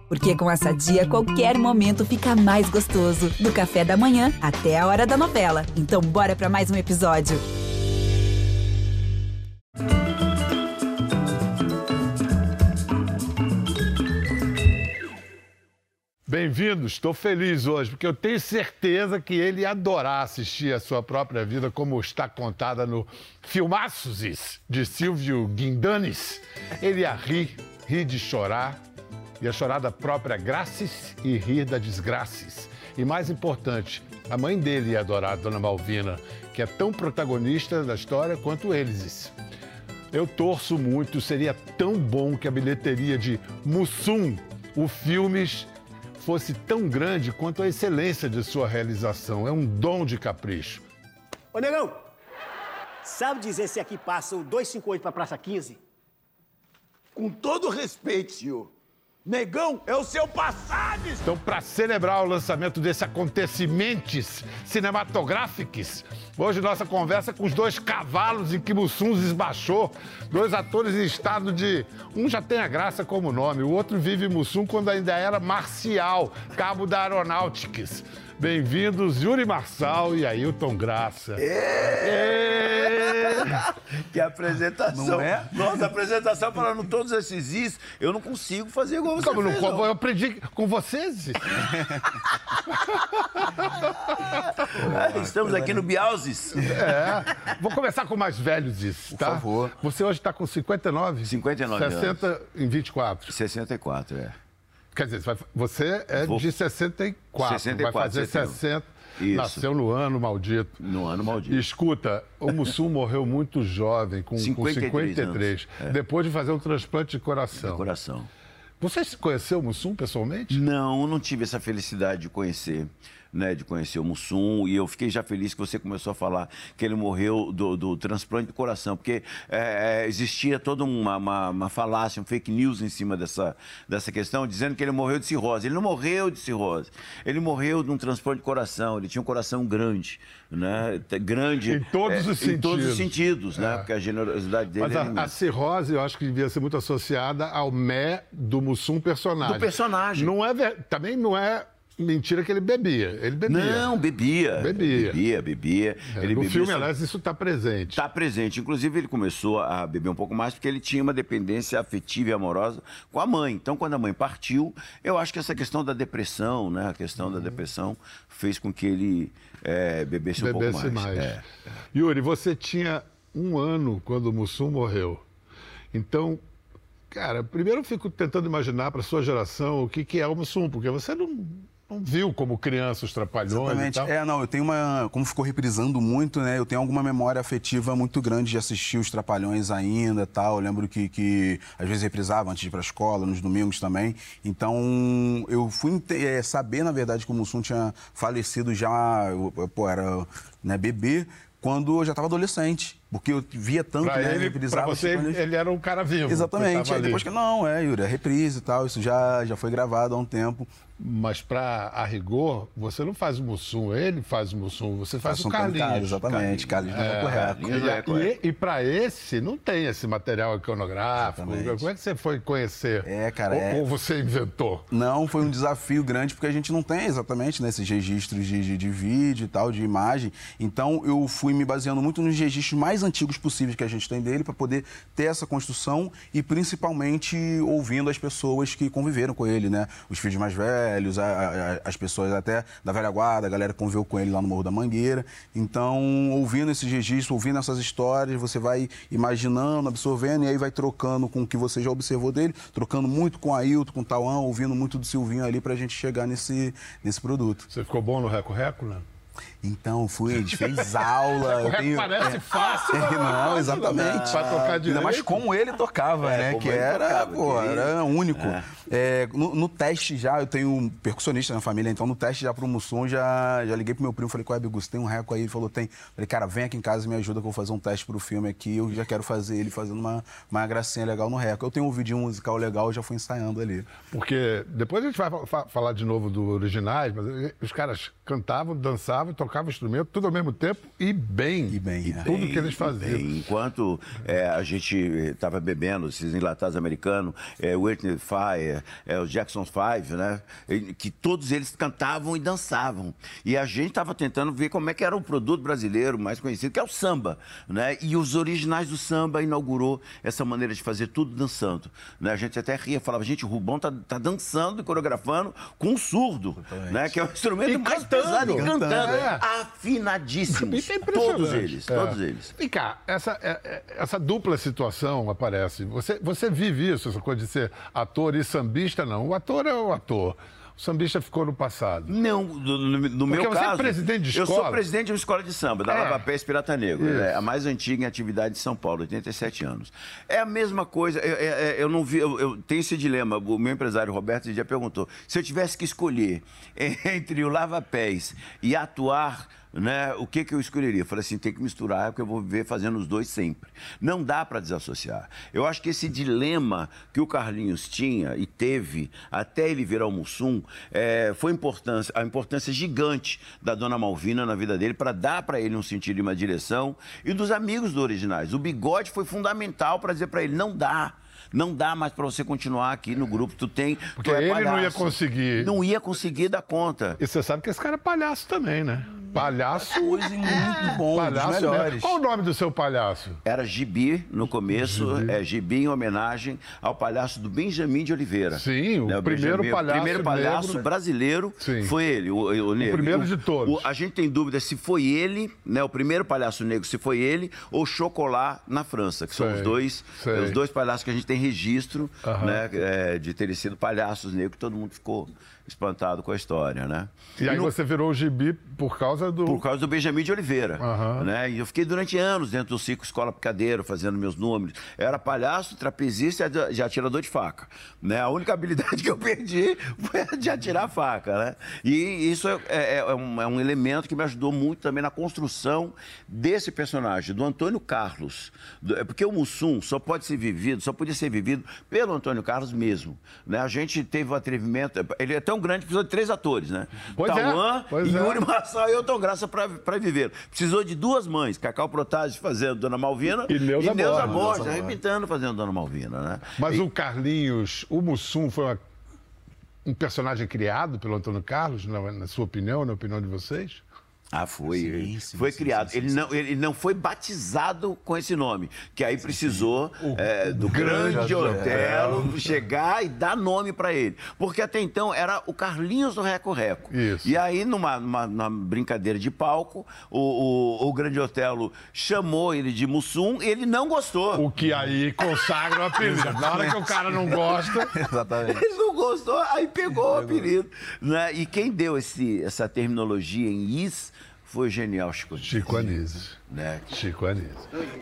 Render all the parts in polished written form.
Porque com a Sadia, qualquer momento fica mais gostoso. Do café da manhã até a hora da novela. Então bora pra mais um episódio. Bem-vindos, estou feliz hoje, porque eu tenho certeza que ele ia adorar assistir a sua própria vida, como está contada no Filmaços de Silvio Guindanes. Ele ia rir de chorar, ia chorar da própria graças e rir da desgraças. E mais importante, a mãe dele ia adorar a Dona Malvina, que é tão protagonista da história quanto eles. Eu torço muito, seria tão bom que a bilheteria de Mussum, o Filmes, fosse tão grande quanto a excelência de sua realização. É um dom de capricho. Ô, negão, sabe dizer se aqui passa o 258 pra Praça 15? Com todo respeito, senhor, negão é o seu passado! Então, para celebrar o lançamento desse acontecimentos cinematográficos, hoje nossa conversa é com os dois cavalos em que Mussum esbachou, dois atores em estado de... Um já tem a graça como nome, o outro vive Mussum quando ainda era Marcial, cabo da Aeronáuticas. Bem-vindos, Yuri Marçal e Ailton Graça. Que apresentação. Não é? Nossa, apresentação falando todos esses is, eu não consigo fazer igual você Como fez, não? Eu aprendi com vocês. Estamos aqui no Biauses. Vou começar com o mais velhos isso, tá? Por favor. Você hoje está com 59? 59 anos. 60 em 24. 64, é. Quer dizer, você é de 64, 64, vai fazer setembro. 60. Isso. Nasceu no ano maldito. No ano maldito. Escuta, o Mussum morreu muito jovem, com 53, depois de fazer um transplante de coração. Coração. Você conheceu o Mussum pessoalmente? Não tive essa felicidade de conhecer. Né, de conhecer o Mussum, e eu fiquei já feliz que você começou a falar que ele morreu do transplante de coração, porque existia toda uma falácia, um fake news em cima dessa questão, dizendo que ele morreu de cirrose. Ele não morreu de cirrose, ele morreu de um transplante de coração, ele tinha um coração grande, né, grande... Em todos os sentidos. Em todos os sentidos, né, porque a generosidade dele... Mas a cirrose, eu acho que devia ser muito associada ao do Mussum personagem. Do personagem. Não é, também não é... Mentira que ele bebia. Ele bebia. Não, bebia. Bebia. Ele no bebia filme, aliás, isso está presente. Está presente. Inclusive, ele começou a beber um pouco mais porque ele tinha uma dependência afetiva e amorosa com a mãe. Então, quando a mãe partiu, eu acho que essa questão da depressão, né? A questão da depressão fez com que ele bebesse um pouco mais. Yuri, você tinha 1 ano quando o Mussum morreu. Então, cara, primeiro eu fico tentando imaginar para sua geração o que é o Mussum, porque você não viu como criança os Trapalhões. Exatamente. E tal. Eu tenho como ficou reprisando muito, né? Eu tenho alguma memória afetiva muito grande de assistir os Trapalhões ainda, tal. Eu lembro que às vezes reprisava antes de ir pra escola, nos domingos também. Então, eu fui saber, na verdade, que o Mussum tinha falecido já, era, né, bebê, quando eu já estava adolescente. Porque eu via tanto, né? Pra você, ele era um cara vivo. Exatamente. Aí depois Yuri, é reprise e tal, isso já foi gravado há um tempo. Mas a rigor, você não faz o Mussum, ele faz o Mussum, você faz o Carlinhos. Exatamente, Carlinhos do Reco. E para esse, não tem esse material iconográfico. Exatamente. Como é que você foi conhecer? Ou você inventou? Não, foi um desafio grande, porque a gente não tem exatamente, né, esses registros de vídeo e tal, de imagem. Então, eu fui me baseando muito nos registros mais antigos possíveis que a gente tem dele, para poder ter essa construção e, principalmente, ouvindo as pessoas que conviveram com ele, né? Os filhos mais velhos, as pessoas até da velha guarda, a galera que conviveu com ele lá no Morro da Mangueira. Então, ouvindo esses registros, ouvindo essas histórias, você vai imaginando, absorvendo, e aí vai trocando com o que você já observou dele, trocando muito com a Ailton, com o Tauan, ouvindo muito do Silvinho ali pra gente chegar nesse produto. Você ficou bom no Reco-Reco, né? Então, a gente fez aula. Parece fácil. Não, exatamente. Pra tocar direito. Ainda mais como ele tocava, né? Que era único. No teste já, eu tenho um percussionista na família, então no teste já pro Mussum, já liguei pro meu primo, falei, qual é, Bigus, tem um reco aí? Ele falou, tem. Falei, cara, vem aqui em casa e me ajuda que eu vou fazer um teste pro filme aqui, eu já quero fazer ele fazendo uma gracinha legal no reco. Eu tenho um vidinho musical legal, eu já fui ensaiando ali. Porque depois a gente vai falar de novo do originais, mas os caras cantavam, dançavam, cantava, tocava instrumento, tudo ao mesmo tempo e bem. Tudo que eles faziam. Enquanto a gente estava bebendo, esses enlatados americanos, Whitney Fire, os Jackson 5, né? Que todos eles cantavam e dançavam. E a gente estava tentando ver como é que era o produto brasileiro mais conhecido, que é o samba, né? E os originais do samba inaugurou essa maneira de fazer tudo dançando, né? A gente até ria, falava, gente, o Rubão tá dançando e coreografando com um surdo, né? Que é o instrumento mais pesado, e cantando. Afinadíssimos. Todos eles. Vem cá, essa dupla situação aparece. Você vive isso, essa coisa de ser ator e sambista, não. O ator é o ator. O sambista ficou no passado. Não, no meu caso... Você é presidente de escola? Eu sou presidente de uma escola de samba, da Lava Pés Pirata Negro, né? A mais antiga em atividade de São Paulo, 87 anos. É a mesma coisa, eu não vi, eu tenho esse dilema. O meu empresário Roberto esse dia perguntou, se eu tivesse que escolher entre o Lava Pés e atuar, né, o que eu escolheria? Eu falei assim, tem que misturar, porque eu vou viver fazendo os dois sempre. Não dá para desassociar. Eu acho que esse dilema que o Carlinhos tinha e teve até ele virar o Mussum, foi a importância gigante da Dona Malvina na vida dele para dar para ele um sentido e uma direção, e dos amigos do Originais. O Bigode foi fundamental para dizer para ele, não dá mais para você continuar aqui no grupo. Porque ele palhaço. Não ia conseguir. Não ia conseguir dar conta. E você sabe que esse cara é palhaço também, né? Palhaço muito bom, palhaço dos melhores. Qual o nome do seu palhaço? Era Gibi no começo, Gibi em homenagem ao palhaço do Benjamin de Oliveira. Sim, o primeiro palhaço negro, brasileiro. Sim. Foi ele, o negro. O primeiro de todos. A gente tem dúvida se foi ele, né, o primeiro palhaço negro, se foi ele ou Chocolat na França, que são os dois palhaços que a gente tem registro, né, de terem sido palhaços negros, que todo mundo ficou espantado com a história, né? E aí você virou o Gibi por causa do Benjamin de Oliveira, né? E eu fiquei durante anos dentro do Circo Escola Picadeiro, fazendo meus números. Eu era palhaço, trapezista e atirador de faca, né? A única habilidade que eu perdi foi a de atirar a faca, né? E isso é um elemento que me ajudou muito também na construção desse personagem, do Antônio Carlos. Porque o Mussum só podia ser vivido pelo Antônio Carlos mesmo, né? A gente teve o atrevimento, ele é tão grande que precisou de 3 atores, né? Tauan, Yuri Marçal e Elton Graça para viver. Precisou de 2 mães, Cacau Protásio fazendo Dona Malvina e Neuza Borges arrebentando fazendo Dona Malvina, né? Mas o Carlinhos, o Mussum foi um personagem criado pelo Antônio Carlos, na sua opinião, na opinião de vocês? Foi. Foi criado. Ele não foi batizado com esse nome, que aí precisou do grande Otelo chegar e dar nome para ele. Porque até então era o Carlinhos do Reco-Reco. E aí, numa brincadeira de palco, o grande Otelo chamou ele de Mussum e ele não gostou. O que aí consagra o apelido. Na hora que o cara não gosta... Exatamente. Ele não gostou, aí pegou o apelido. Né? E quem deu essa terminologia em Is foi o genial Chico Anísio. Né? Chico Anísio.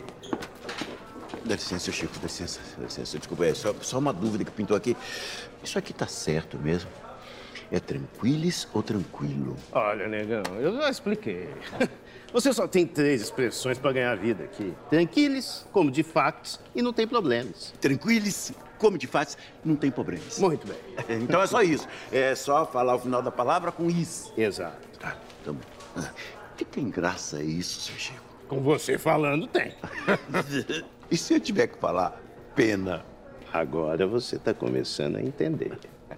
Dá licença, Chico, dá licença. Desculpa, só uma dúvida que pintou aqui. Isso aqui tá certo mesmo? É tranquilis ou tranquilo? Olha, negão, eu já expliquei. Você só tem 3 expressões para ganhar vida aqui. Tranquilis, como de factos, e não tem problemas. Tranquilis, como de factos, não tem problemas. Muito bem. Então é só isso. É só falar o final da palavra com is. Exato. Tá, tá bom. Que tem graça isso, seu Chico? Com você falando, tem. E se eu tiver que falar pena? Agora você está começando a entender.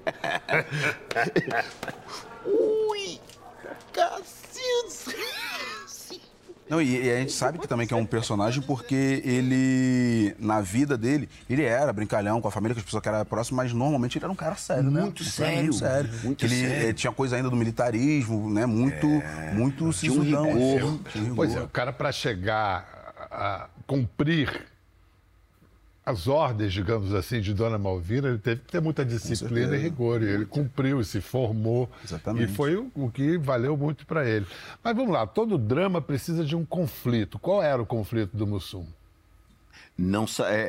Ui, cacete. Não, e a gente sabe que também que é um personagem porque ele, na vida dele, ele era brincalhão com a família, com as pessoas que eram próximas, mas normalmente ele era um cara sério, né? Muito sério. Ele tinha coisa ainda do militarismo, né? Muito sisudão. Pois é, o cara para chegar a cumprir as ordens, digamos assim, de Dona Malvina, ele teve que ter muita disciplina e rigor. E ele cumpriu e se formou. Exatamente. E foi o que valeu muito para ele. Mas vamos lá, todo drama precisa de um conflito. Qual era o conflito do Mussum? Não,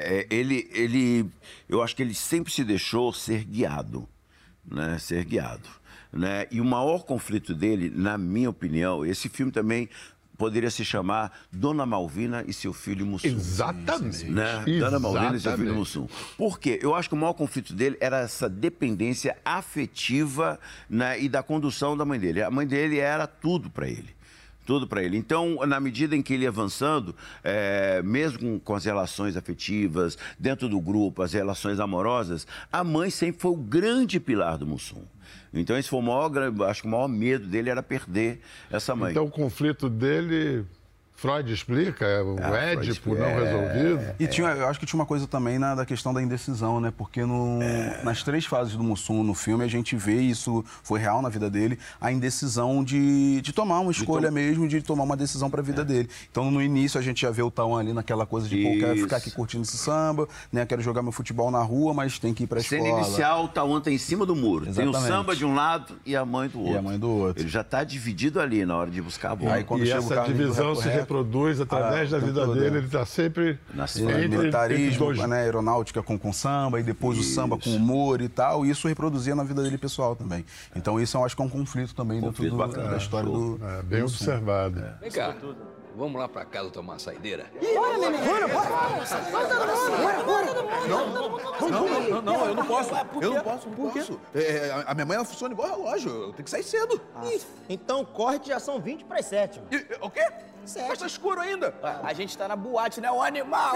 eu acho que ele sempre se deixou ser guiado, né? Ser guiado, né? E o maior conflito dele, na minha opinião, esse filme também poderia se chamar Dona Malvina e seu filho Mussum. Exatamente. Né? Dona Malvina e seu filho Mussum. Por quê? Eu acho que o maior conflito dele era essa dependência afetiva, né, e da condução da mãe dele. A mãe dele era tudo para ele. Tudo para ele. Então, na medida em que ele ia avançando, mesmo com as relações afetivas, dentro do grupo, as relações amorosas, a mãe sempre foi o grande pilar do Mussum. Então, esse foi o maior, acho que o maior medo dele era perder essa mãe. Então, o conflito dele... Freud explica, o Édipo não resolvido. E eu acho que tinha uma coisa também da questão da indecisão, né? Porque nas 3 fases do Mussum no filme, a gente vê, isso foi real na vida dele, a indecisão de tomar uma escolha mesmo, de tomar uma decisão para a vida dele. Então, no início, a gente já vê o Tauan ali naquela coisa de, pô, quero ficar aqui curtindo esse samba, né? Quero jogar meu futebol na rua, mas tem que ir para a escola. Cena inicial, o Tauan tá em cima do muro. Exatamente. Tem o samba de um lado e a mãe do outro. E a mãe do outro. Ele já está dividido ali na hora de buscar a bola. Aí, quando E chega essa divisão se reproduz através da vida dele, ele está sempre entre militarismo, dois. né, aeronáutica com samba, e depois o samba com humor e tal, e isso reproduzia na vida dele pessoal também. Então isso eu acho que é um conflito também dentro da história do... Bem observado. Vem cá, vamos lá pra casa tomar uma saideira? Bora, neném! Bora! Não, eu não posso. Eu não posso. Por quê? A minha mãe, ela funciona igual relógio. Eu tenho que sair cedo. Então corre que já são 20 para as 7. O quê? Mas tá escuro ainda. A gente tá na boate, né, o animal?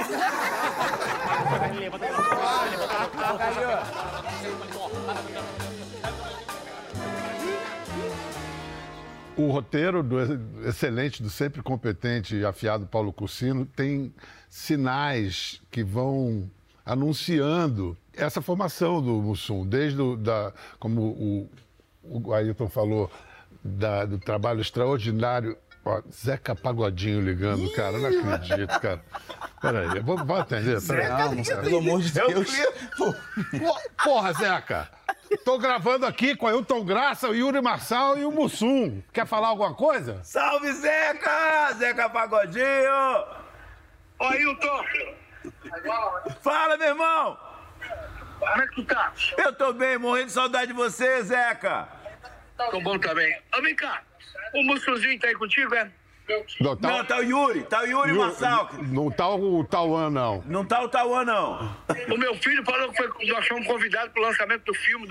O roteiro do excelente, do sempre competente e afiado Paulo Cursino tem sinais que vão anunciando essa formação do Mussum, desde como o Ailton falou, do trabalho extraordinário. Ó, Zeca Pagodinho ligando, cara, eu não acredito, cara. Peraí, vou atender. Pelo amor de Deus. Porra, Zeca! Tô gravando aqui com o Ailton Graça, o Yuri Marçal e o Mussum. Quer falar alguma coisa? Salve, Zeca! Zeca Pagodinho! Ô, Ailton! Fala, meu irmão! Como é que tu tá? Eu tô bem, morrendo de saudade de você, Zeca! Tô bom também. Ô, vem cá, o Mussuzinho tá aí contigo, é? Não, tá o Yuri Marçal. Não tá o Tauan, não. Não tá o Tauan, não. O meu filho falou que nós fomos convidados pro lançamento do filme do...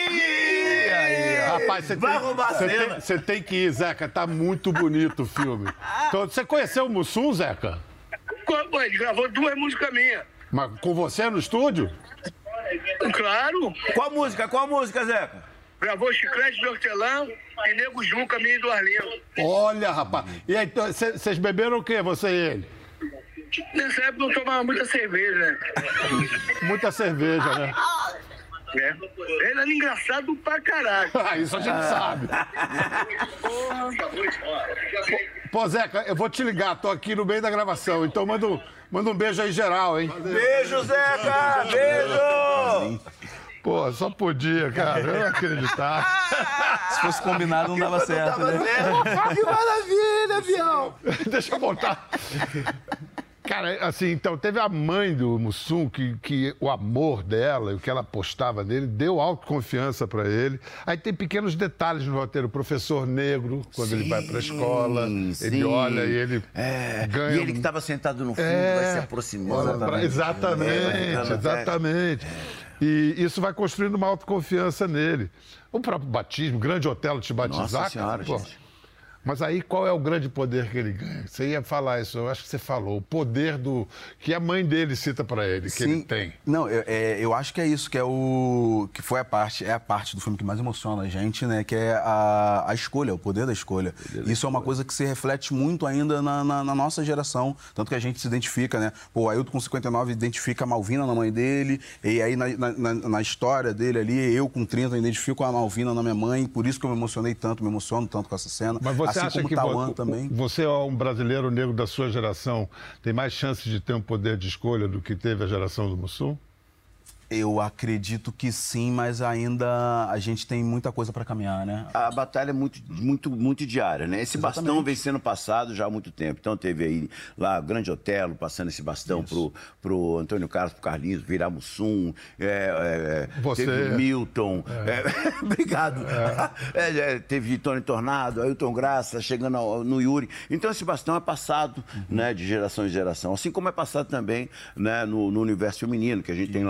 Rapaz, você tem que ir, Zeca. Tá muito bonito o filme. Então, você conheceu o Mussum, Zeca? Ele gravou 2 músicas minhas. Mas com você no estúdio? Claro. Qual música, Zeca? Gravou Chiclete de Hortelã e Nego Ju, Caminho do Arlindo. Olha, rapaz. E aí, vocês beberam o quê, você e ele? Nessa época eu tomava muita cerveja, né? Muita cerveja, né? É. Ele era engraçado pra caralho. Isso a gente sabe. Pô, Zeca, eu vou te ligar. Tô aqui no meio da gravação. Então manda um beijo aí geral, hein? Beijo, Zeca! Beijo! Pô, só podia, cara. Eu não acreditava. Se fosse combinado, não dava certo, né? Que maravilha, avião! Deixa eu voltar. Cara, assim, então, teve a mãe do Mussum, que o amor dela e o que ela apostava nele deu autoconfiança pra ele. Aí tem pequenos detalhes no roteiro. O professor negro, quando ele vai pra escola, ele olha e ele ganha... E ele que estava sentado no fundo vai se aproximando. Exatamente. E isso vai construindo uma autoconfiança nele. O próprio batismo, o grande Otelo te batizar... Nossa Senhora, gente. Mas aí qual é o grande poder que ele ganha? Você ia falar isso, eu acho que você falou. O poder que a mãe dele cita pra ele, que ele tem. Não, eu acho que é isso, que foi a parte do filme que mais emociona a gente, né? Que é a escolha, o poder da escolha. Isso é uma coisa que se reflete muito ainda na nossa geração, tanto que a gente se identifica, né? Pô, o Ailton com 59 identifica a Malvina na mãe dele, e aí na história dele ali, eu com 30 identifico a Malvina na minha mãe, por isso que eu me emociono tanto com essa cena. Mas você acha que também. Você, um brasileiro negro da sua geração, tem mais chances de ter um poder de escolha do que teve a geração do Mussum? Eu acredito que sim, mas ainda a gente tem muita coisa para caminhar, né? A batalha é muito diária, né? Esse bastão vem sendo passado já há muito tempo. Então teve aí lá o Grande Otelo passando esse bastão pro Antônio Carlos, pro Carlinhos, virar Mussum, teve o Milton. Obrigado. Teve Tony Tornado, Ailton Graça, chegando no Yuri. Então esse bastão é passado, né, de geração em geração. Assim como é passado também, né, no universo feminino, que a gente tem lá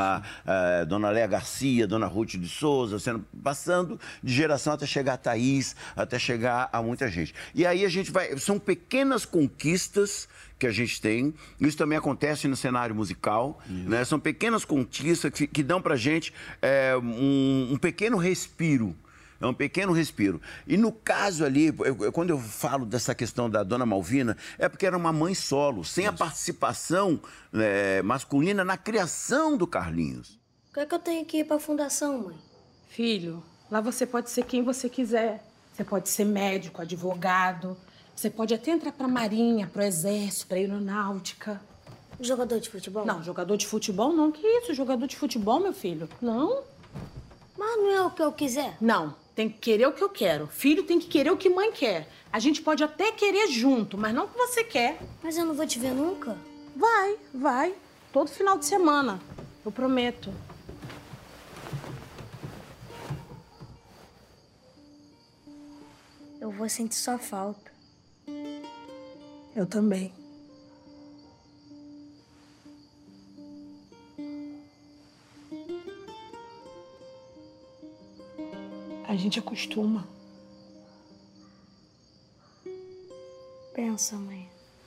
Dona Léa Garcia, Dona Ruth de Souza, passando de geração até chegar a Thaís, até chegar a muita gente. E aí a gente vai... São pequenas conquistas que a gente tem. Isso também acontece no cenário musical, né? São pequenas conquistas que dão pra gente um pequeno respiro. É um pequeno respiro. E no caso ali, quando eu falo dessa questão da Dona Malvina, é porque era uma mãe solo, sem a participação masculina na criação do Carlinhos. Por que é que eu tenho que ir pra fundação, mãe? Filho, lá você pode ser quem você quiser. Você pode ser médico, advogado. Você pode até entrar pra marinha, pro exército, pra aeronáutica. Jogador de futebol? Não, jogador de futebol não. Que isso, jogador de futebol, meu filho? Não. Mas não é o que eu quiser? Não, tem que querer o que eu quero. Filho tem que querer o que mãe quer. A gente pode até querer junto, mas não o que você quer. Mas eu não vou te ver nunca? Vai. Todo final de semana. Eu prometo. Eu vou sentir sua falta. Eu também. A gente acostuma. Pensa, mãe.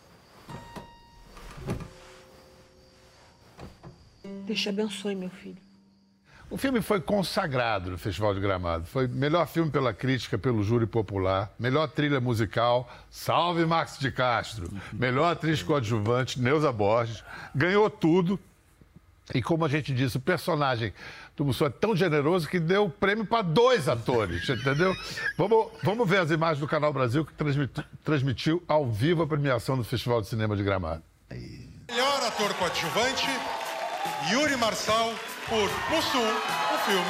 Deus te abençoe, meu filho. O filme foi consagrado no Festival de Gramado. Foi melhor filme pela crítica, pelo júri popular, melhor trilha musical, salve Max de Castro, melhor atriz coadjuvante, Neuza Borges, ganhou tudo. E como a gente disse, o personagem do Mussum é tão generoso que deu prêmio para 2 atores, entendeu? Vamos ver as imagens do Canal Brasil que transmitiu ao vivo a premiação do Festival de Cinema de Gramado. Melhor ator coadjuvante, Yuri Marçal, por Mussum, o filme.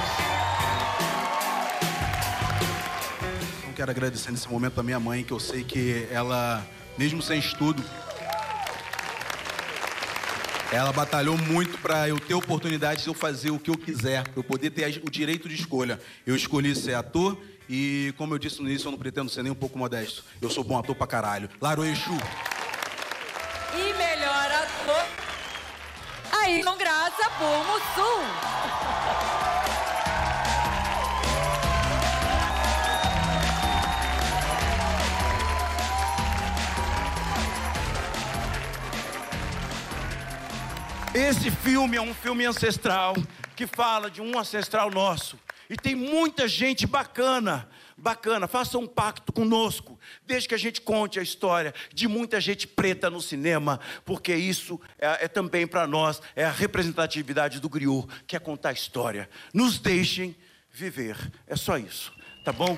Eu quero agradecer nesse momento a minha mãe, que eu sei que ela, mesmo sem estudo, ela batalhou muito para eu ter oportunidade de eu fazer o que eu quiser, eu poder ter o direito de escolha. Eu escolhi ser ator e, como eu disse no início, eu não pretendo ser nem um pouco modesto. Eu sou bom ator pra caralho. Laro Exu. E melhor ator... Ayrton Graça por Mussum. Esse filme é um filme ancestral que fala de um ancestral nosso. E tem muita gente bacana. Faça um pacto conosco. Desde que a gente conte a história de muita gente preta no cinema, porque isso é também para nós, é a representatividade do griot, que é contar a história. Nos deixem viver. É só isso, tá bom?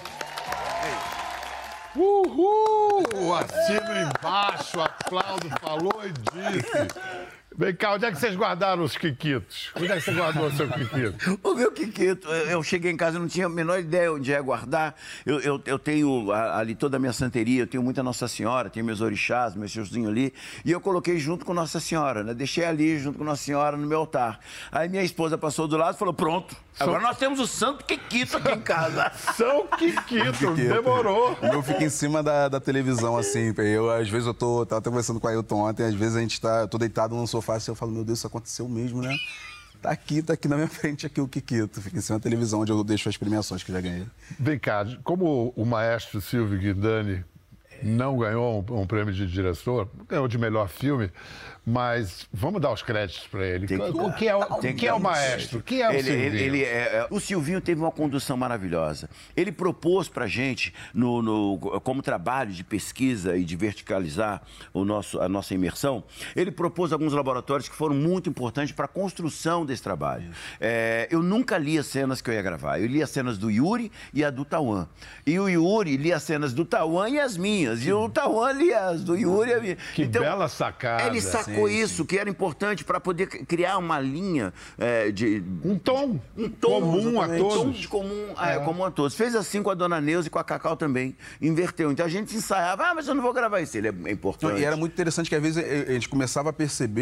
Uhul! Assino embaixo, aplaudo, falou e disse. Vem cá, onde é que vocês guardaram os quiquitos? Onde é que você guardou o seu quiquito? O meu quiquito, eu cheguei em casa, não tinha a menor ideia onde é guardar. Eu tenho ali toda a minha santeria, eu tenho muita Nossa Senhora, tenho meus orixás, meus tiozinhos ali, e eu coloquei junto com Nossa Senhora, né? Deixei ali junto com Nossa Senhora no meu altar. Aí minha esposa passou do lado e falou, pronto, agora nós temos o Santo Quiquito aqui em casa. São Quiquito, demorou. Eu fico em cima da televisão, assim, às vezes tava até conversando com a Ailton ontem, às vezes eu tô deitado no sofá, assim, eu falo, meu Deus, isso aconteceu mesmo, né? Tá aqui na minha frente aqui o Quiquito. Fica em cima da televisão, onde eu deixo as premiações que já ganhei. Vem cá, como o maestro Silvio Guindani não ganhou um prêmio de diretor, ganhou de melhor filme, mas vamos dar os créditos para ele. O que é o maestro? O que é o Silvinho? O Silvinho teve uma condução maravilhosa. Ele propôs para a gente, como trabalho de pesquisa e de verticalizar a nossa imersão, ele propôs alguns laboratórios que foram muito importantes para a construção desse trabalho. Eu nunca li as cenas que eu ia gravar. Eu li as cenas do Yuri e a do Tauan. E o Yuri lia as cenas do Tauan e as minhas. E o Tauan lia as do Yuri e a minha. Que bela sacada. Ele sacou isso, que era importante para poder criar uma linha de... Um tom comum a todos. Comum a todos. Fez assim com a Dona Neuza e com a Cacau também. Inverteu. Então a gente ensaiava, mas eu não vou gravar isso. Ele é importante. E era muito interessante que às vezes a gente começava a perceber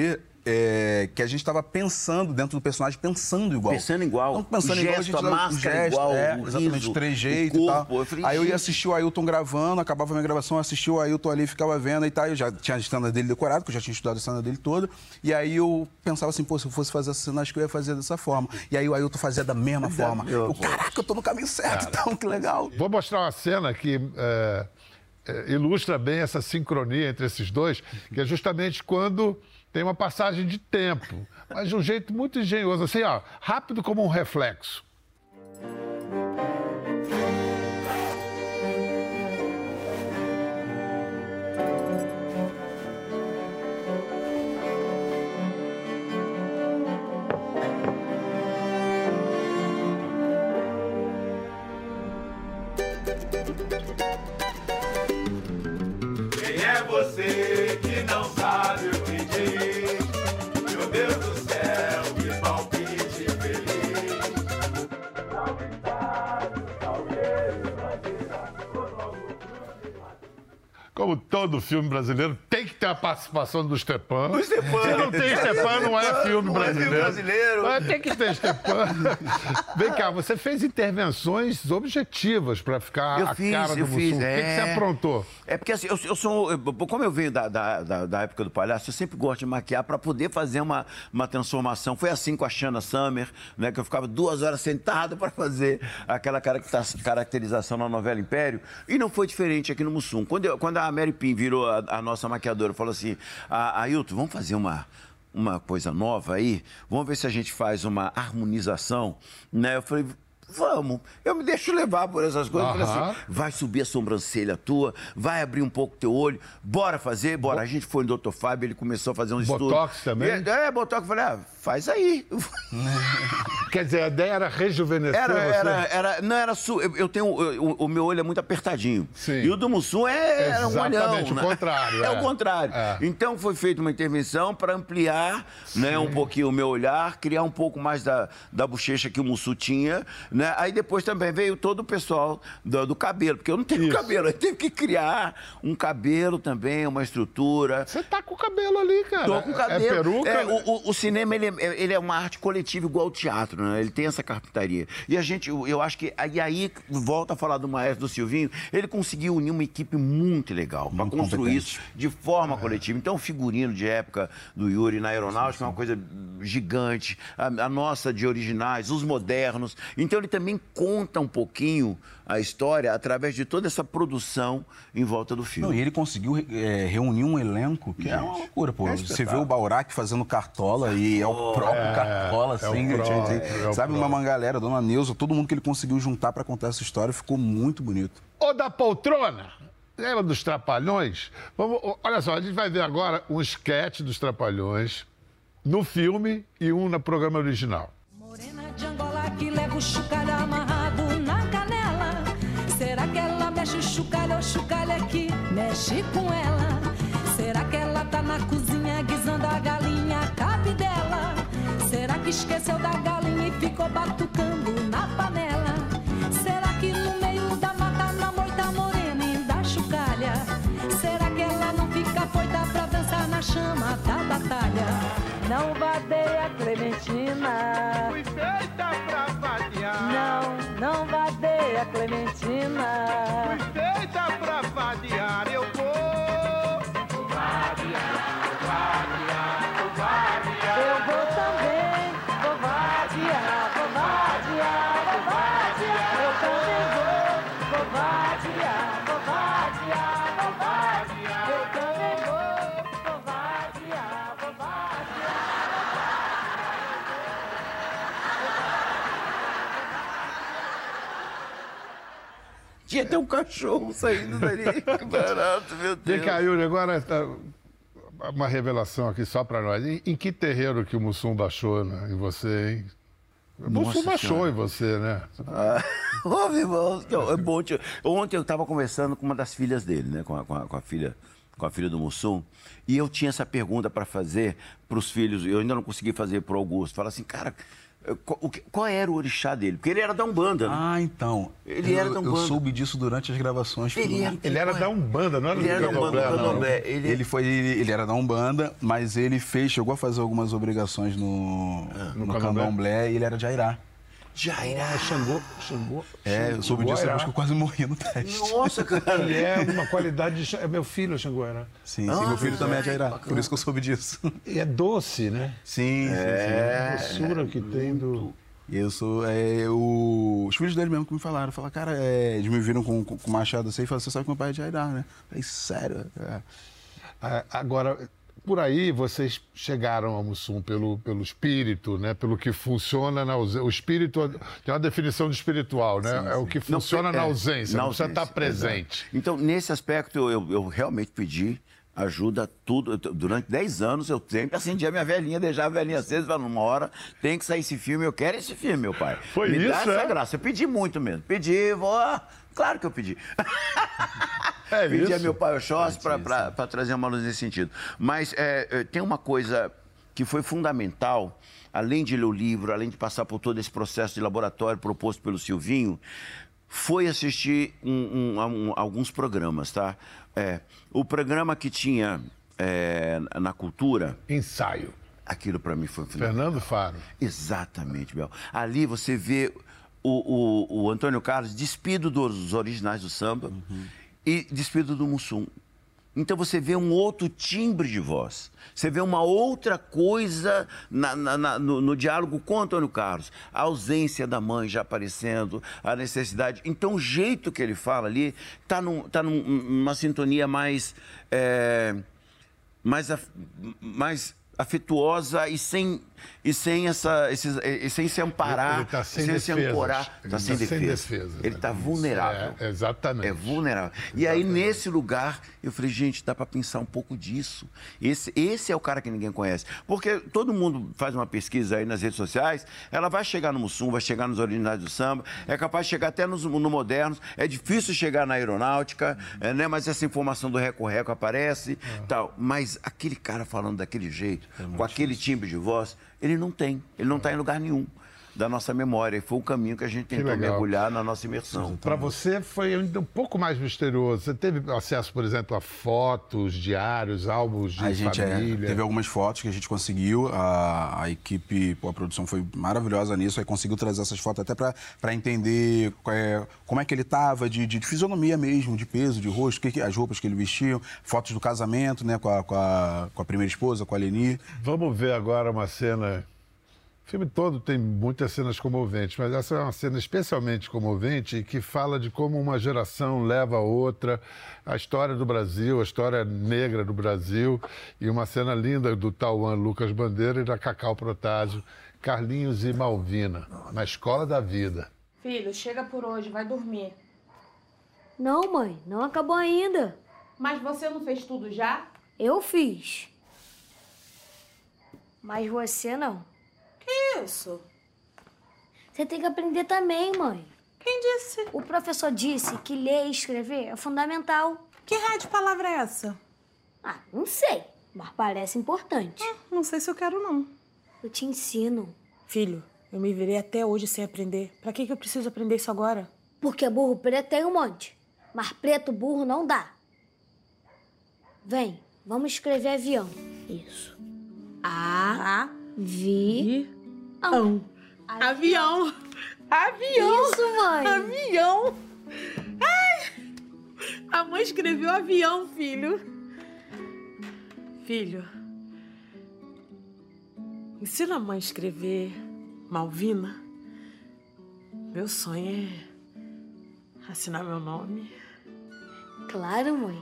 que a gente estava pensando dentro do personagem, pensando igual. Pensando igual. Não pensando o igual, gesto, a máscara igual, o exatamente, riso, trejeito o e tal. corpo. Aí eu ia assistir o Ailton gravando, acabava a minha gravação, assistia o Ailton ali, ficava vendo e tal. Eu já tinha a cena dele decorada, porque eu já tinha estudado a cena dele toda. E aí eu pensava assim, pô, se eu fosse fazer essa cena, acho que eu ia fazer dessa forma. E aí o Ailton fazia da mesma forma. Caraca, eu tô no caminho certo, então, que legal. Vou mostrar uma cena que ilustra bem essa sincronia entre esses dois, que é justamente quando tem uma passagem de tempo, mas de um jeito muito engenhoso, assim, ó, rápido como um reflexo. Quem é você que não sabe o que diz? Meu Deus do céu, que palpite feliz. Como todo filme brasileiro, tem que ter a participação do Stepan. O Stepan. Se não tem Stepan, não é filme Não é brasileiro. filme brasileiro. Mas tem que ter Stepan. Vem cá, você fez intervenções objetivas para ficar a cara do Mussum. O que você aprontou? É porque assim, eu sou... Como eu venho da época do palhaço, eu sempre gosto de maquiar para poder fazer uma transformação. Foi assim com a Shanna Summer, né? Que eu ficava 2 horas sentado para fazer aquela caracterização na novela Império. E não foi diferente aqui no Mussum. Quando a Mary Pim virou a nossa maquiadora, falou assim, Ailton, vamos fazer uma coisa nova aí? Vamos ver se a gente faz uma harmonização, né? Eu falei, vamos. Eu me deixo levar por essas coisas. Eu falei assim, vai subir a sobrancelha tua, vai abrir um pouco teu olho, bora fazer, bora. A gente foi no Dr. Fábio, ele começou a fazer um estudo. Botox também? Botox. Eu falei, faz aí. Quer dizer, a ideia era rejuvenescer eu tenho... O meu olho é muito apertadinho. Sim. E o do Mussum era um olhão. Exatamente, o contrário. É o contrário. Então foi feita uma intervenção para ampliar, né, um pouquinho o meu olhar, criar um pouco mais da bochecha que o Mussum tinha, né? Aí depois também veio todo o pessoal do cabelo, porque eu não tenho cabelo. Eu tive que criar um cabelo também, uma estrutura. Você tá com o cabelo ali, cara. Tô com o cabelo. É peruca? O cinema, ele é uma arte coletiva igual ao teatro, né? Ele tem essa carpintaria. E eu acho que... E aí, volta a falar do maestro, do Silvinho, ele conseguiu unir uma equipe muito legal para construir isso de forma coletiva. Então, o figurino de época do Yuri na Aeronáutica é uma coisa gigante. A nossa de originais, os modernos. Então, ele também conta um pouquinho a história através de toda essa produção em volta do filme. Não, e ele conseguiu reunir um elenco que é uma loucura, pô. Você vê o Baurac fazendo Cartola e é o próprio Cartola, assim, sabe? Uma galera, Dona Neuza, todo mundo que ele conseguiu juntar para contar essa história, ficou muito bonito. Ô, da poltrona, lembra dos Trapalhões? Olha só, a gente vai ver agora um esquete dos Trapalhões no filme e um no programa original. Morena de Angola que leva o chocalho amarrado na canela. Será que ela mexe o chocalho ou chocalho é que mexe com ela? Será que ela tá na cozinha guisando a galinha, cabe dela? Será que esqueceu da galinha e ficou batucando na panela? Será que no meio da mata na moita morena e da chocalha? Será que ela não fica foita pra dançar na chama da batalha? Não vadeia Clementina. Fui feita pra vadear. Não vadeia Clementina. Fui feita pra vadear. Eu vou vadear, vou vadear, vou vadear. Eu vou também, vou vadear, vou vadear, vou vadear. Eu também vou vadear, vou vadear, vou vadear. Eu também vou vadear, vou vadear. Tinha até um cachorro saindo dali. Que barato, meu Deus. Vem cá, Yuri, agora uma revelação aqui só pra nós. Em que terreiro que o Mussum baixou, né, em você, hein? O Mussum baixou em você, né? Ô, meu irmão, é bom. Ontem eu estava conversando com uma das filhas dele, né? Com a filha do Mussum. E eu tinha essa pergunta para fazer para os filhos. Eu ainda não consegui fazer para o Augusto. Fala assim, cara, Qual era o orixá dele? Porque ele era da Umbanda, né? Ah, então. Ele era da Umbanda. Eu soube disso durante as gravações. Ele era da Umbanda, não era ele era do Candomblé. Ele era da Umbanda, mas ele chegou a fazer algumas obrigações no Candomblé e ele era de Airá. Jairá. Xangô. Eu soube disso depois que eu quase morri no teste. Nossa, cara. Ele é uma qualidade de... É meu filho, Xangô era. Sim, meu filho também é de Airá. Por isso que eu soube disso. E é doce, né? Sim. A doçura que tem do... Eu sou... os filhos dele mesmo que me falaram. Falaram, cara, eles me viram com o machado assim e falaram, você sabe que meu pai é de Airá, né? Eu falei, sério? Agora... Por aí vocês chegaram ao Mussum pelo espírito, né? Pelo que funciona na ausência. O espírito tem uma definição de espiritual, né? Sim. É o que funciona na ausência, não precisa estar presente. Exato. Então, nesse aspecto, eu realmente pedi ajuda tudo. Durante 10 anos eu sempre acendia minha velhinha, deixava a velhinha acesa, falava, numa hora tem que sair esse filme, eu quero esse filme, meu pai. Foi Me isso, dá essa graça. Eu pedi muito mesmo. Pedi, vó. Claro que eu pedi. Pedi a meu pai Oxóssi para trazer uma luz nesse sentido. Mas tem uma coisa que foi fundamental, além de ler o livro, além de passar por todo esse processo de laboratório proposto pelo Silvinho, foi assistir alguns programas, tá? O programa que tinha na Cultura... Ensaio. Aquilo para mim foi fundamental. Fernando Faro. Exatamente, Bel. Ali você vê o Antônio Carlos despido dos originais do samba e despido do Mussum. Então você vê um outro timbre de voz. Você vê uma outra coisa no diálogo com o Antônio Carlos. A ausência da mãe já aparecendo, a necessidade. Então o jeito que ele fala ali está numa sintonia mais afetuosa e sem se amparar, ele tá sem sem defesa, se ancorar. Está sem defesa. Ele está vulnerável. Exatamente. É vulnerável. E aí, nesse lugar, eu falei, gente, dá para pensar um pouco disso. Esse é o cara que ninguém conhece. Porque todo mundo faz uma pesquisa aí nas redes sociais, ela vai chegar no Mussum, vai chegar nos originais do samba, é capaz de chegar até no Modernos, é difícil chegar na Aeronáutica, né? Mas essa informação do Reco-Reco aparece, tal. Mas aquele cara falando daquele jeito, com aquele timbre de voz, ele não está em lugar nenhum da nossa memória. E foi o caminho que a gente tentou mergulhar na nossa imersão. Para você foi ainda um pouco mais misterioso. Você teve acesso, por exemplo, a fotos, diários, álbuns de família? Teve algumas fotos que a gente conseguiu. A equipe, a produção foi maravilhosa nisso. Aí conseguiu trazer essas fotos até para entender como é que ele estava, de fisionomia mesmo, de peso, de rosto, as roupas que ele vestia, fotos do casamento, né, com a primeira esposa, com a Leni. Vamos ver agora uma cena... O filme todo tem muitas cenas comoventes, mas essa é uma cena especialmente comovente e que fala de como uma geração leva a outra, a história do Brasil, a história negra do Brasil, e uma cena linda do Tauan Lucas Bandeira e da Cacau Protásio, Carlinhos e Malvina, na Escola da Vida. Filho, chega por hoje, vai dormir. Não, mãe, não acabou ainda. Mas você não fez tudo já? Eu fiz. Mas você não. Que isso? Você tem que aprender também, mãe. Quem disse? O professor disse que ler e escrever é fundamental. Que raio de palavra é essa? Ah, não sei, mas parece importante. Não sei se eu quero, não. Eu te ensino. Filho, eu me virei até hoje sem aprender. Pra que eu preciso aprender isso agora? Porque burro preto tem um monte, mas preto burro não dá. Vem, vamos escrever avião. Isso. Avião. Avião. Avião. Isso, mãe. Avião. Ai. A mãe escreveu avião, filho. Filho, ensina a mãe a escrever Malvina. Meu sonho é assinar meu nome. Claro, mãe.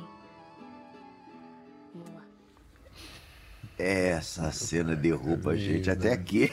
Essa cena derruba a gente até aqui.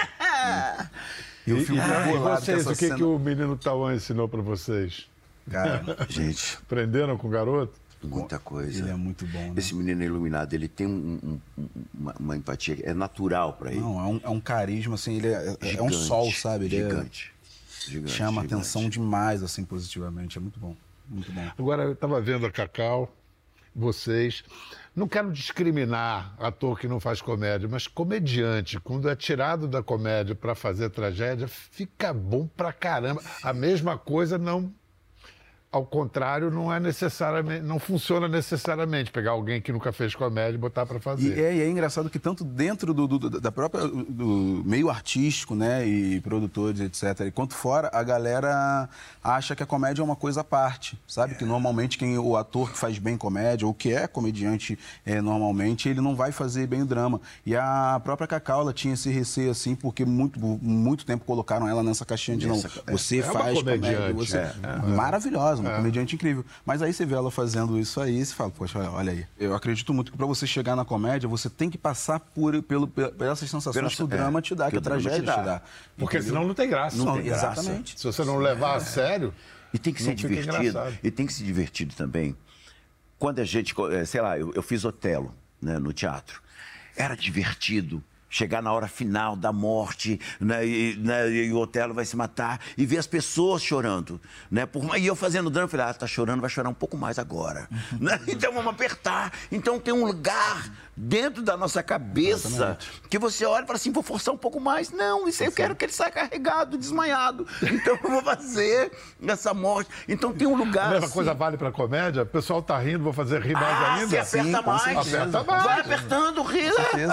Eu fico bolado. E vocês, o que o menino Tauan ensinou para vocês? Cara, gente... Aprenderam com o garoto? Muita coisa. Ele é muito bom, né? Esse menino é iluminado, ele tem uma empatia, é natural para ele. Não, é um carisma, assim, ele é um sol, sabe? Ele gigante. Chama atenção demais, assim, positivamente. É muito bom, muito bom. Agora, eu estava vendo a Cacau vocês. Não quero discriminar ator que não faz comédia, mas comediante, quando é tirado da comédia para fazer tragédia, fica bom pra caramba. A mesma coisa não... Ao contrário, não é necessariamente, não funciona necessariamente pegar alguém que nunca fez comédia e botar para fazer. E é engraçado que tanto dentro do meio artístico, né, e produtores, etc., e quanto fora, a galera acha que a comédia é uma coisa à parte, sabe? Que normalmente o ator que faz bem comédia, ou que é comediante normalmente, ele não vai fazer bem o drama. E a própria Cacau, ela tinha esse receio, assim, porque muito tempo colocaram ela nessa caixinha de você faz comédia, você maravilhosa. Uma comediante incrível. Mas aí você vê ela fazendo isso aí e você fala, poxa, olha aí. Eu acredito muito que para você chegar na comédia, você tem que passar por essas sensações que o drama te dá, que a tragédia te dá. Porque senão não tem graça. Não tem graça. Exatamente. Se você não levar a sério... E tem que ser divertido. E tem que ser divertido também. Quando a gente... Sei lá, eu fiz Otelo, né, no teatro. Era divertido. Chegar na hora final da morte, né, e o Otelo vai se matar, e ver as pessoas chorando. Né, e eu fazendo drama, falei, tá chorando, vai chorar um pouco mais agora. Né? Então vamos apertar. Então tem um lugar dentro da nossa cabeça que você olha e fala assim, vou forçar um pouco mais. Não, isso aí eu quero que ele saia carregado, desmaiado. Então eu vou fazer essa morte. Então tem um lugar... A mesma coisa vale pra comédia? O pessoal tá rindo, vou fazer rir mais ainda? Você aperta mais. Aperta mais. Vai apertando, ri.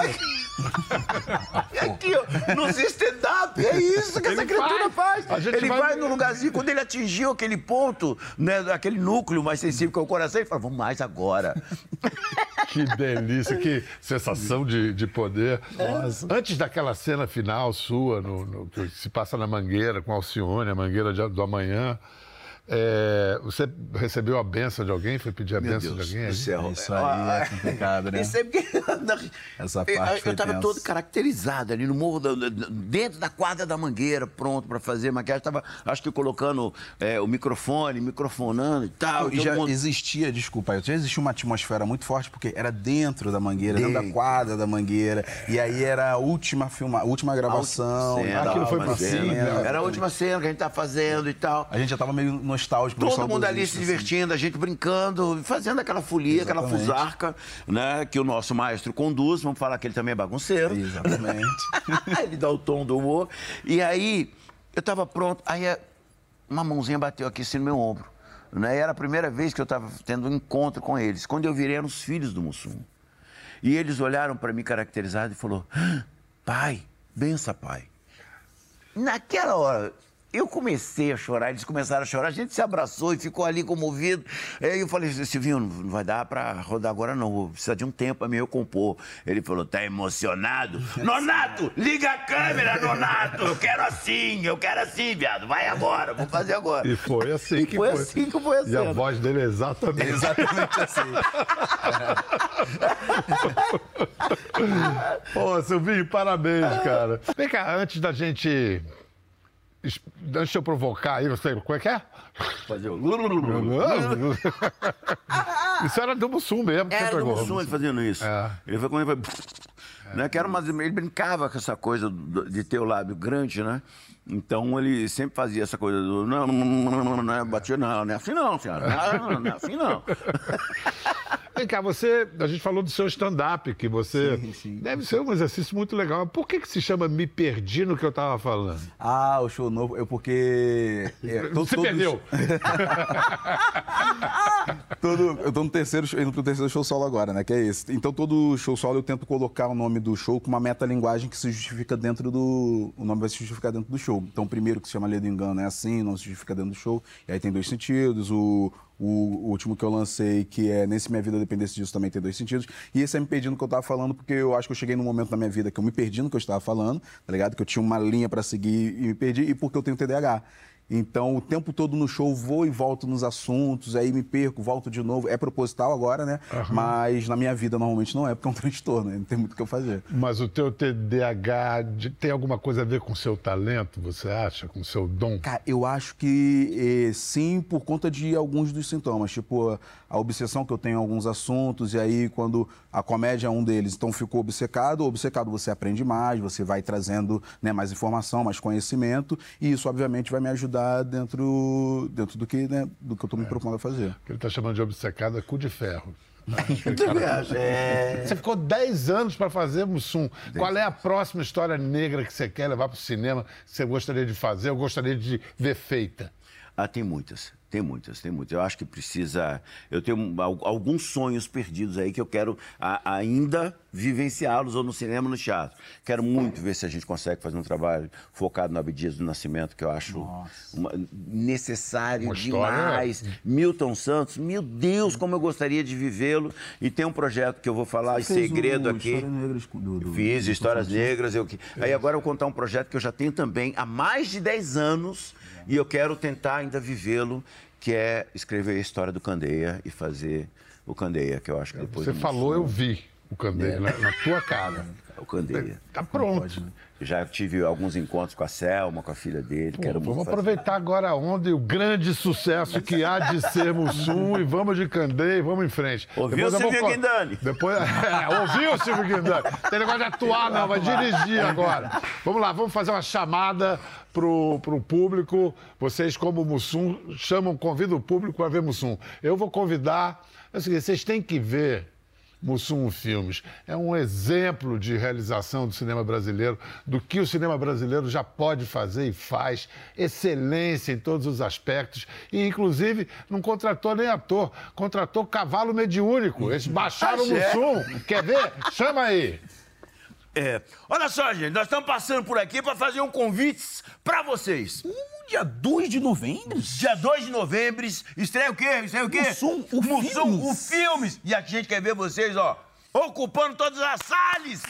Aqui, ó, nos stand-up, é isso que essa criatura faz. Ele vai no lugarzinho, quando ele atingiu aquele ponto, né, aquele núcleo mais sensível que é o coração, ele fala, vamos mais agora. Que delícia, que sensação de poder. Nossa. Antes daquela cena final sua, que se passa na Mangueira, com a Alcione, a Mangueira do Amanhã, você recebeu a benção de alguém? Foi pedir a benção de alguém? Isso aí é complicado, né? Essa parte eu estava todo caracterizado ali no morro, dentro da quadra da Mangueira, pronto para fazer maquiagem. Estava, acho que colocando o microfonando e tal. E já existia, já existia uma atmosfera muito forte, porque era dentro da Mangueira, dentro da quadra da Mangueira. E aí era a última gravação. Aquilo foi possível. Era a última cena que a gente estava fazendo e tal. A gente já estava meio nostálgico. Todo mundo ali se divertindo, a gente brincando, fazendo aquela folia, aquela fusarca, né, que o nosso maestro conduz. Vamos falar que ele também é bagunceiro. Exatamente. Ele dá o tom do humor. E aí, eu estava pronto. Aí uma mãozinha bateu aqui assim no meu ombro. Né? E era a primeira vez que eu estava tendo um encontro com eles. Quando eu virei, eram os filhos do Mussum. E eles olharam para mim caracterizado e falaram, pai, benção, pai. Naquela hora... Eu comecei a chorar, eles começaram a chorar, a gente se abraçou e ficou ali comovido. Aí eu falei, Silvinho, não vai dar pra rodar agora não, precisa de um tempo pra mim eu compor. Ele falou, tá emocionado? Nonato, liga a câmera, Nonato, eu quero assim, viado, vai agora, vou fazer agora. E foi assim que foi. Assim que foi assim. E a voz dele é exatamente assim. Pô, Silvinho, parabéns, cara. Vem cá, antes de eu provocar aí, você, como é que é? Fazer o... Isso era do Mussum mesmo. Era do Mussum ele fazendo isso. Ele foi quando ele foi... Né, que era ele brincava com essa coisa de ter o lábio grande, né? Então ele sempre fazia essa coisa do... Não, batia não, não é assim não, senhora. Não é assim não. Vem cá, a gente falou do seu stand-up, que você... Sim. Deve ser um exercício muito legal. Por que se chama Me Perdi no que eu tava falando? Ah, o show novo é porque... Você perdeu. Eu tô indo pro terceiro show solo agora, né? Que é esse. Então todo show solo eu tento colocar o nome do show com uma metalinguagem que se justifica dentro do... O nome vai se justificar dentro do show. Então o primeiro, que se chama Lê do Engano, é assim, não se justifica dentro do show. E aí tem 2 sentidos. O último que eu lancei, que é Nesse Minha Vida Dependesse Disso, também tem 2 sentidos. E esse é Me Perdi no que eu tava falando, porque eu acho que eu cheguei num momento da minha vida que eu me perdi no que eu estava falando, tá ligado? Que eu tinha uma linha pra seguir e me perdi, e porque eu tenho TDAH. Então, o tempo todo no show, vou e volto nos assuntos, aí me perco, volto de novo. É proposital agora, né? Uhum. Mas na minha vida, normalmente, não é, porque é um transtorno, né? Não tem muito o que eu fazer. Mas o teu TDAH tem alguma coisa a ver com o seu talento, você acha? Com o seu dom? Cara, eu acho que sim, por conta de alguns dos sintomas. Tipo, a obsessão que eu tenho em alguns assuntos, e aí quando a comédia é um deles, então ficou obcecado você aprende mais, você vai trazendo, né, mais informação, mais conhecimento, e isso, obviamente, vai me ajudar dentro do que, né, do que eu estou me propondo a fazer. O que ele está chamando de obcecado é cu de ferro. Eu também acho. Você ficou 10 anos para fazer Mussum. Qual é a próxima história negra que você quer levar para o cinema, que você gostaria de fazer ou gostaria de ver feita? Tem muitas. Tem muitas. Eu acho que precisa... Eu tenho alguns sonhos perdidos aí que eu quero ainda vivenciá-los ou no cinema ou no teatro. Quero muito ver se a gente consegue fazer um trabalho focado no Abdias do Nascimento, que eu acho necessário demais. Milton Santos, meu Deus, como eu gostaria de vivê-lo. E tem um projeto que eu vou falar em segredo aqui. Fiz Histórias Negras. Aí agora eu vou contar um projeto que eu já tenho também há mais de 10 anos e eu quero tentar ainda vivê-lo, que é escrever a história do Candeia e fazer o Candeia, que eu acho que depois... Você falou, eu vi o Candeia na tua cara. O Candeia. Tá pronto. Já tive alguns encontros com a Selma, com a filha dele. Vamos aproveitar agora a onda e o grande sucesso que há de ser Mussum e vamos de Candeia e vamos em frente. Ouviu o Silvio Guindani? Ouviu o Silvio Guindani? Tem negócio de atuar, não, vai dirigir agora. Vamos lá, vamos fazer uma chamada pro público. Vocês, como Mussum, convidam o público para ver Mussum. Eu vou convidar... É o seguinte, vocês têm que ver Mussum Filmes. É um exemplo de realização do cinema brasileiro, do que o cinema brasileiro já pode fazer e faz. Excelência em todos os aspectos. E, inclusive, não contratou nem ator, contratou cavalo mediúnico. Eles baixaram o Mussum. Quer ver? Chama aí. Olha só, gente, nós estamos passando por aqui para fazer um convite para vocês. Dia 2 de novembro? Dia 2 de novembro, estreia o quê? Mussum, o Filmes. E aqui a gente quer ver vocês, ocupando todas as salas.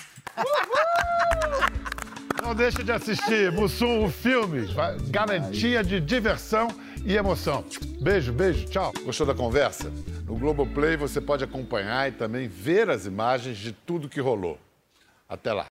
Não deixe de assistir Mussum, o Filmes. Garantia de diversão e emoção. Beijo, tchau. Gostou da conversa? No Globoplay você pode acompanhar e também ver as imagens de tudo que rolou. Até lá.